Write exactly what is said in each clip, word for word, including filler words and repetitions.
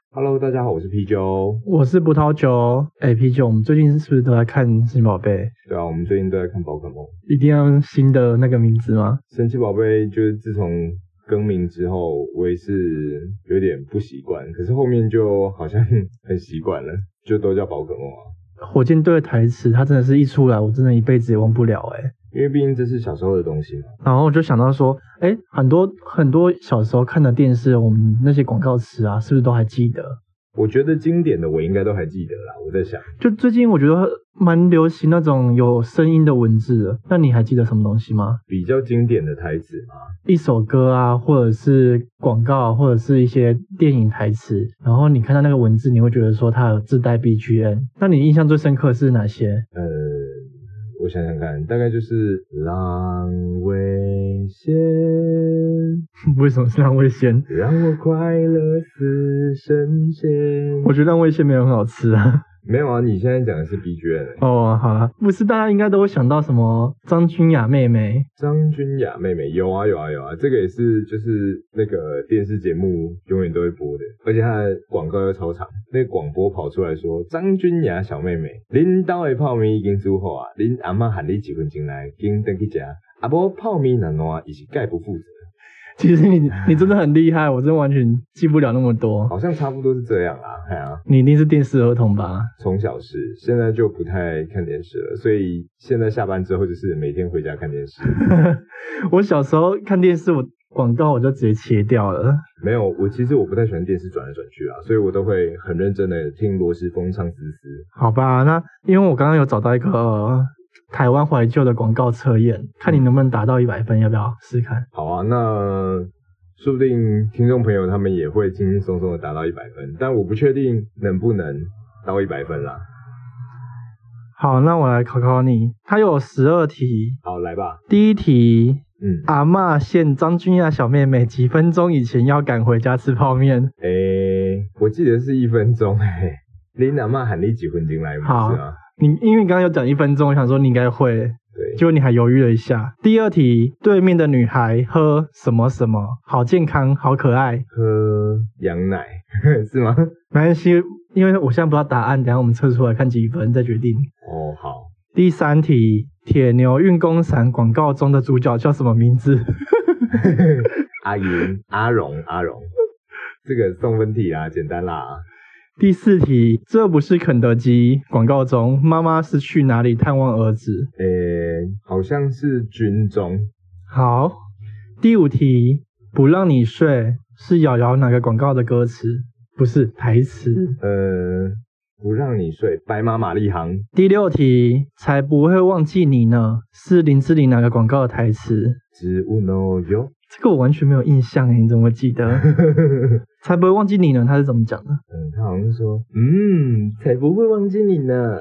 Hello， 大家好，我是啤酒， 我是葡萄酒。哎，啤酒，我们最近是不是都在看神奇宝贝？ 对啊，我们最近都在看宝可梦。 一定要用新的那个名字吗？ 神奇宝贝就是自从更名之后，我也是有点不习惯，可是后面就好像很习惯了，就都叫宝可梦啊。 火箭队的台词，它真的是一出来，我真的一辈子也忘不了哎、欸。 因为毕竟这是小时候的东西嘛。 然后我就想到说，哎，很多很多小时候看的电视，我们那些广告词啊，是不是都还记得？ 我觉得经典的我应该都还记得啦。我在想， 就最近我觉得蛮流行那种有声音的文字的，那你还记得什么东西吗？ 比较经典的台词嘛， 一首歌啊，或者是广告，或者是一些电影台词，然后你看到那个文字，你会觉得说它有自带 B G M。那你印象最深刻的是哪些？ 呃，我想想看，大概就是浪味仙， 为什么是浪味仙？ 让我快乐似神仙。 我觉得浪味仙没有很好吃啊。 没有啊，你现在讲的是 B G M、欸、 哦，好啦，不是大家应该都会想到什么张君雅妹妹？ 张君雅妹妹有啊有啊有啊，这个也是就是那个电视节目永远都会播的，而且它的广告又超长，那个广播跑出来说张君雅小妹妹，恁家的泡面已经煮好啊，恁阿嬷喊你几分钟来，紧回去吃，啊不泡面若烂，伊是概不负责。 其实你你真的很厉害，我真的完全记不了那么多。 好像差不多是这样啦，哎呀， 你一定是电视儿童吧？ 从小是，现在就不太看电视了，所以现在下班之后就是每天回家看电视。 我小时候看电视，我广告我就直接切掉了。 没有，我其实我不太喜欢电视转来转去啊，所以我都会很认真的听罗时丰唱丝丝。 好吧，那因为我刚刚有找到一个、呃、台湾怀旧的广告测验，看你能不能达到一百分，要不要试看？ 好啊，那说不定听众朋友他们也会轻轻松松的达到一百分，但我不确定能不能到一百分啦。 好，那我来考考你，它有十二题。 好，来吧。 第一题， 嗯， 阿嬷限张君雅小妹妹几分钟以前要赶回家吃泡面。 诶，我记得是一分钟诶。恁阿嬷喊你几分钟来不是吗？ 你因为你刚刚有讲一分钟，我想说你应该会， 对， 结果你还犹豫了一下。第二题，对面的女孩喝什么什么，好健康，好可爱。 喝羊奶是吗？ 没关系，因为我现在不知道答案，等一下我们测出来看几分再决定。 哦，好。 第三题，铁牛运功伞广告中的主角叫什么名字？ 阿云、阿荣、阿荣，这个送分题啦，简单啦。 第四题，这不是肯德基广告中妈妈是去哪里探望儿子？ 诶，好像是军中。 好。第五题，不让你睡是瑶瑶哪个广告的歌词？不是台词。 呃，不让你睡，白马玛丽行。 第六题，才不会忘记你呢，是林志玲哪个广告的台词？ 植物 no 有。 这个我完全没有印象诶，你怎么会记得？才不会忘记你呢，他是怎么讲的？ 嗯，他好像是说，嗯，才不会忘记你呢。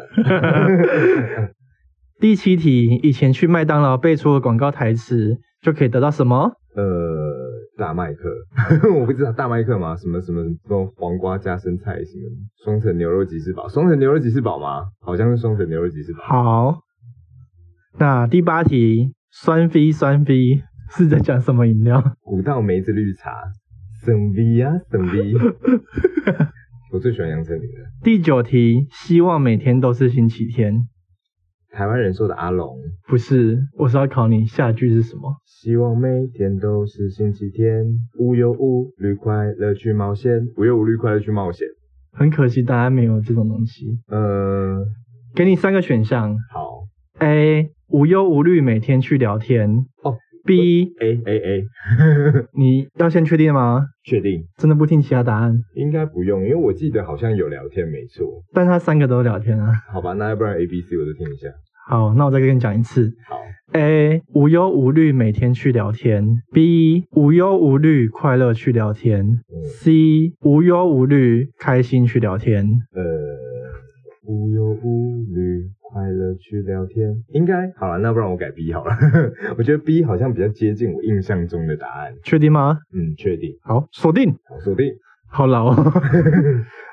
第七题，以前去麦当劳背出的广告台词就可以得到什么？ 呃，大麦克，我不知道大麦克吗？什么什么什么黄瓜加生菜，什么双层牛肉吉士堡，双层牛肉吉士堡吗？好像是双层牛肉吉士堡。 好，那第八题，酸飞酸飞是在讲什么饮料？ 古道梅子绿茶，生 V 啊生 V。我最喜欢杨丞琳的。 第九题，希望每天都是星期天。 台湾人说的阿龙。 不是，我是要考你下句是什么？ 希望每天都是星期天，无忧无虑快乐去冒险，无忧无虑快乐去冒险。 很可惜，答案没有这种东西。 呃， 给你三个选项。 好。 A. 无忧无虑每天去聊天。 哦。 B. A A A。 你要先确定吗？ 确定。 真的不听其他答案？ 应该不用，因为我记得好像有聊天，没错。 但他三个都聊天啊。 好吧，那要不然 A B C 我都听一下。 好，那我再跟你讲一次。 好。 A. 无忧无虑每天去聊天。B. 无忧无虑快乐去聊天。嗯、C. 无忧无虑开心去聊天。 呃，无忧无虑快乐去聊天，应该好了，那不然我改 B 好了。我觉得 B 好像比较接近我印象中的答案。 确定吗？ 嗯，确定。 好，锁定。 好，锁定。 好老哦。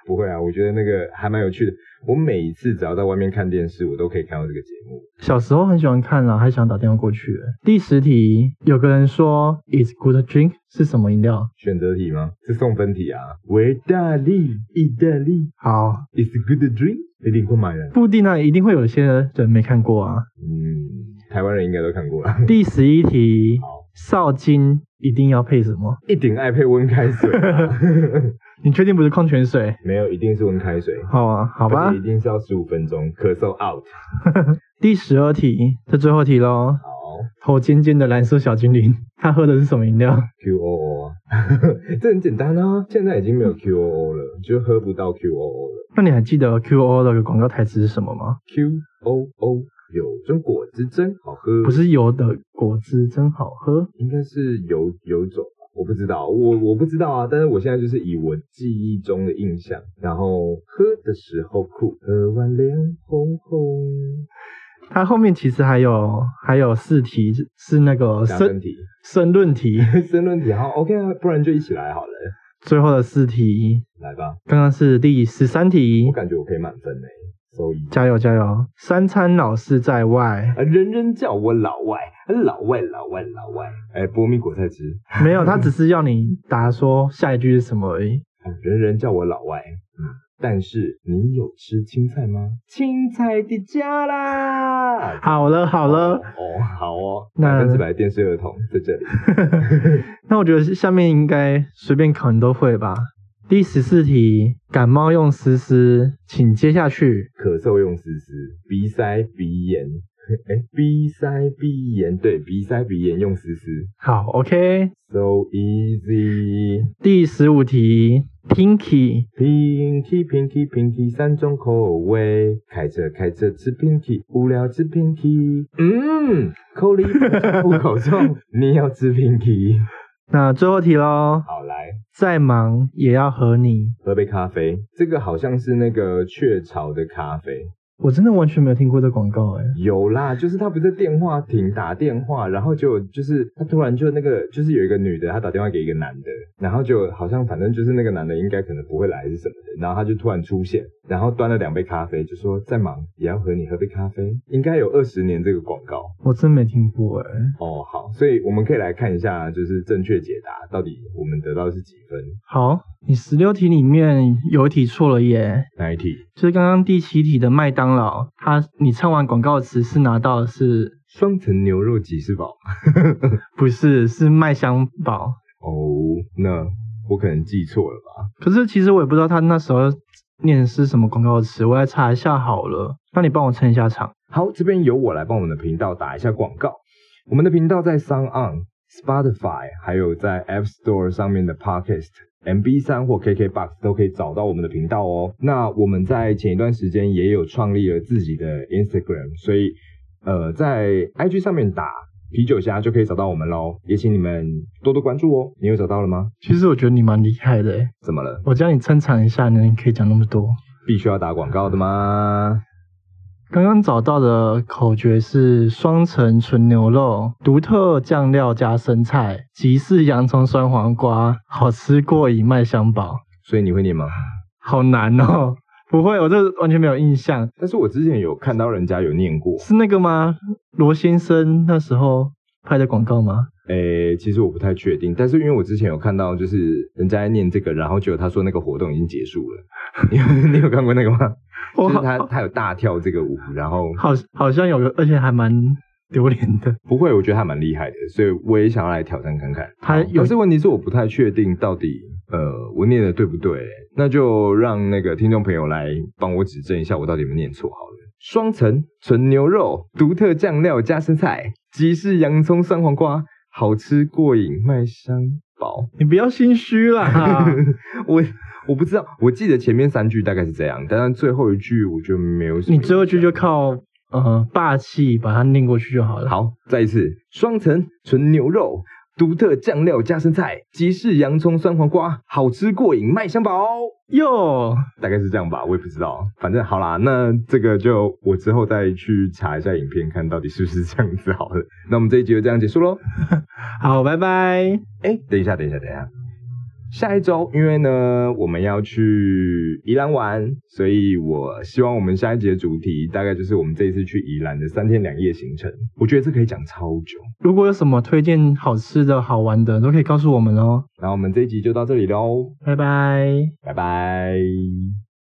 不会啊，我觉得那个还蛮有趣的。我每一次只要在外面看电视，我都可以看到这个节目。 小时候很喜欢看啦，还想打电话过去。第十题，有个人说 "Is good drink" 是什么饮料？ 选择题吗？是送分题啊。维大利，意大利。 好 ，Is good drink？ 一定会买的。 不一定啊，一定会有些人没看过啊。 嗯，台湾人应该都看过了。 第十一题， 好， 绍金一定要配什么？ 一定爱配温开水、啊。 你确定不是矿泉水？ 没有，一定是温开水。 好啊，好吧。 一定是要十五分钟，咳嗽 out。 第十二题，这最后题咯。 好， 头尖尖的蓝色小精灵，他喝的是什么饮料 ？Q O O 啊，这很简单啊。现在已经没有 Q O O 了，就喝不到 Q O O 了。 那你还记得 Q O O 的广告台词是什么吗 ？Q O O 有种果汁真好喝， 不是有的果汁真好喝， 应该是有有种。我不知道，我我不知道啊，但是我现在就是以我记忆中的印象，然后喝的时候酷，喝完脸红红。 它后面其实还有还有四题是那个申题申论题， 申论题好 OK 啊，不然就一起来好了。 最后的四题来吧， 刚刚是第十三题， 我感觉我可以满分诶。收益， 加油加油！三餐老是在外， 啊，人人叫我老外，老外老外老外。哎，波米果菜汁没有，他只是要你答说下一句是什么而已。 啊，人人叫我老外，嗯，但是你有吃青菜吗？青菜的家啦！ 好了好了， 哦，哦好哦， 那百分之百电视儿童在这里。 那我觉得下面应该随便考你都会吧。第十四题，感冒用丝丝，请接下去。 咳嗽用丝丝，鼻塞鼻炎，哎，鼻塞鼻炎，对，鼻塞鼻炎用丝丝。 好 ，OK。So easy。 第十五题 ，Pinky，Pinky Pinky Pinky 三种口味，开车开车吃 Pinky， 无聊吃 Pinky， 嗯，口里不口重，你要吃 Pinky。 那最后题咯， 好来， 再忙也要和你喝杯咖啡。这个好像是那个雀巢的咖啡， 我真的完全没有听过这广告诶。 有啦，就是他不是电话亭打电话，然后就就是他突然就那个就是有一个女的，她打电话给一个男的，然后就好像反正就是那个男的应该可能不会来还是什么的，然后他就突然出现，然后端了两杯咖啡，就说再忙也要和你喝杯咖啡。应该有二十年这个广告， 我真没听过诶。 哦，好，所以我们可以来看一下，就是正确解答到底我们得到的是几分。 好，你十六题里面有一题错了耶。 哪一题？ 就是刚刚第七题的麦当劳，它你唱完广告词是拿到的是双层牛肉吉士堡， 不是，是麦香堡。 哦，那我可能记错了吧？ 可是其实我也不知道他那时候念的是什么广告词，我来查一下好了。那你帮我撑一下场。 好，这边由我来帮我们的频道打一下广告。我们的频道在 SoundOn、Spotify 还有在 App Store 上面的 Podcast。M B 三 或 K K Box 都可以找到我们的频道哦。那我们在前一段时间也有创立了自己的 Instagram， 所以呃在 I G 上面打啤酒虾就可以找到我们咯，也请你们多多关注哦。你有找到了吗？ 其实我觉得你蛮厉害的诶。 怎么了？ 我教你撑场一下，你可以讲那么多。 必须要打广告的吗？ 刚刚找到的口诀是双层纯牛肉，独特酱料加生菜，吉士洋葱酸黄瓜，好吃过瘾麦香堡。 所以你会念吗？ 好难哦，不会，我这完全没有印象。 但是我之前有看到人家有念过， 是那个吗？罗先生那时候拍的广告吗？ 诶，其实我不太确定，但是因为我之前有看到，就是人家在念这个，然后结果他说那个活动已经结束了。你有你有看过那个吗？就是他他有大跳这个舞，然后好好像有个，而且还蛮丢脸的。 不会，我觉得还蛮厉害的，所以我也想要来挑战看看。 他有， 可是问题是我不太确定到底呃我念的对不对，那就让那个听众朋友来帮我指正一下，我到底有没有念错好了。双层纯牛肉，独特酱料加生菜，吉士洋葱酸黄瓜，好吃过瘾麦香堡。 你不要心虚啦。 我我不知道，我记得前面三句大概是这样，但是最后一句我就没有什么。 你最后一句就靠呃霸气把它念过去就好了。 好，再一次，双层纯牛肉，独特酱料加生菜，吉士洋葱酸黄瓜，好吃过瘾麦香堡哟， 大概是这样吧，我也不知道。反正好啦，那这个就我之后再去查一下影片，看到底是不是这样子好了。那我们这一集就这样结束咯。 好，拜拜。 哎，等一下，等一下，等一下。 下一周，因为呢我们要去宜兰玩，所以我希望我们下一集的主题大概就是我们这一次去宜兰的三天两夜行程。我觉得这可以讲超久。 如果有什么推荐好吃的好玩的，都可以告诉我们哦。 那我们这一集就到这里咯， 拜拜， 拜拜。